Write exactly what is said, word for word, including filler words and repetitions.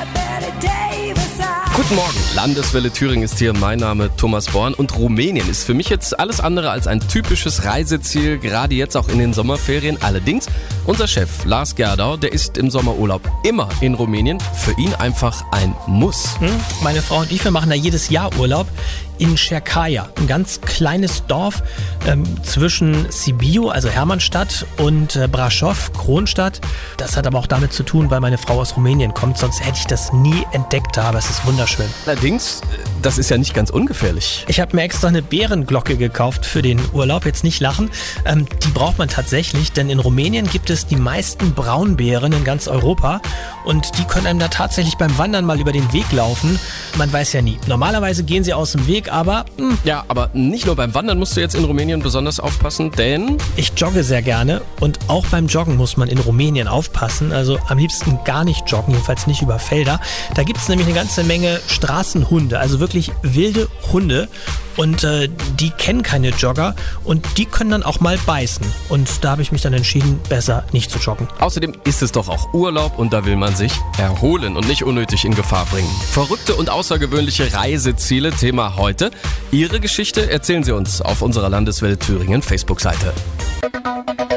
Guten Morgen, Landeswelle Thüringen ist hier, mein Name Thomas Born und Rumänien ist für mich jetzt alles andere als ein typisches Reiseziel, gerade jetzt auch in den Sommerferien. Allerdings, unser Chef Lars Gerdau, der ist im Sommerurlaub immer in Rumänien, für ihn einfach ein Muss. Hm? Meine Frau und ich, wir machen da jedes Jahr Urlaub in Cercaia, ein ganz kleines Dorf ähm, zwischen Sibiu, also Hermannstadt, und äh, Brașov, Kronstadt. Das hat aber auch damit zu tun, weil meine Frau aus Rumänien kommt, sonst hätte ich das nie entdeckt, aber es ist wunderschön. Allerdings, das ist ja nicht ganz ungefährlich. Ich habe mir extra eine Bärenglocke gekauft für den Urlaub, jetzt nicht lachen. Ähm, die braucht man tatsächlich, denn in Rumänien gibt es die meisten Braunbären in ganz Europa und die können einem da tatsächlich beim Wandern mal über den Weg laufen. Man weiß ja nie. Normalerweise gehen sie aus dem Weg, aber... Mh. Ja, aber nicht nur beim Wandern musst du jetzt in Rumänien besonders aufpassen, denn... Ich jogge sehr gerne und auch beim Joggen muss man in Rumänien aufpassen. Also am liebsten gar nicht joggen, jedenfalls nicht über Felder. Da gibt es nämlich eine ganze Menge Straßenhunde, also wirklich wilde Hunde. Und äh, die kennen keine Jogger und die können dann auch mal beißen. Und da habe ich mich dann entschieden, besser nicht zu joggen. Außerdem ist es doch auch Urlaub und da will man sich erholen und nicht unnötig in Gefahr bringen. Verrückte und außergewöhnliche Reiseziele, Thema heute. Ihre Geschichte erzählen Sie uns auf unserer Landeswelle Thüringen Facebook-Seite.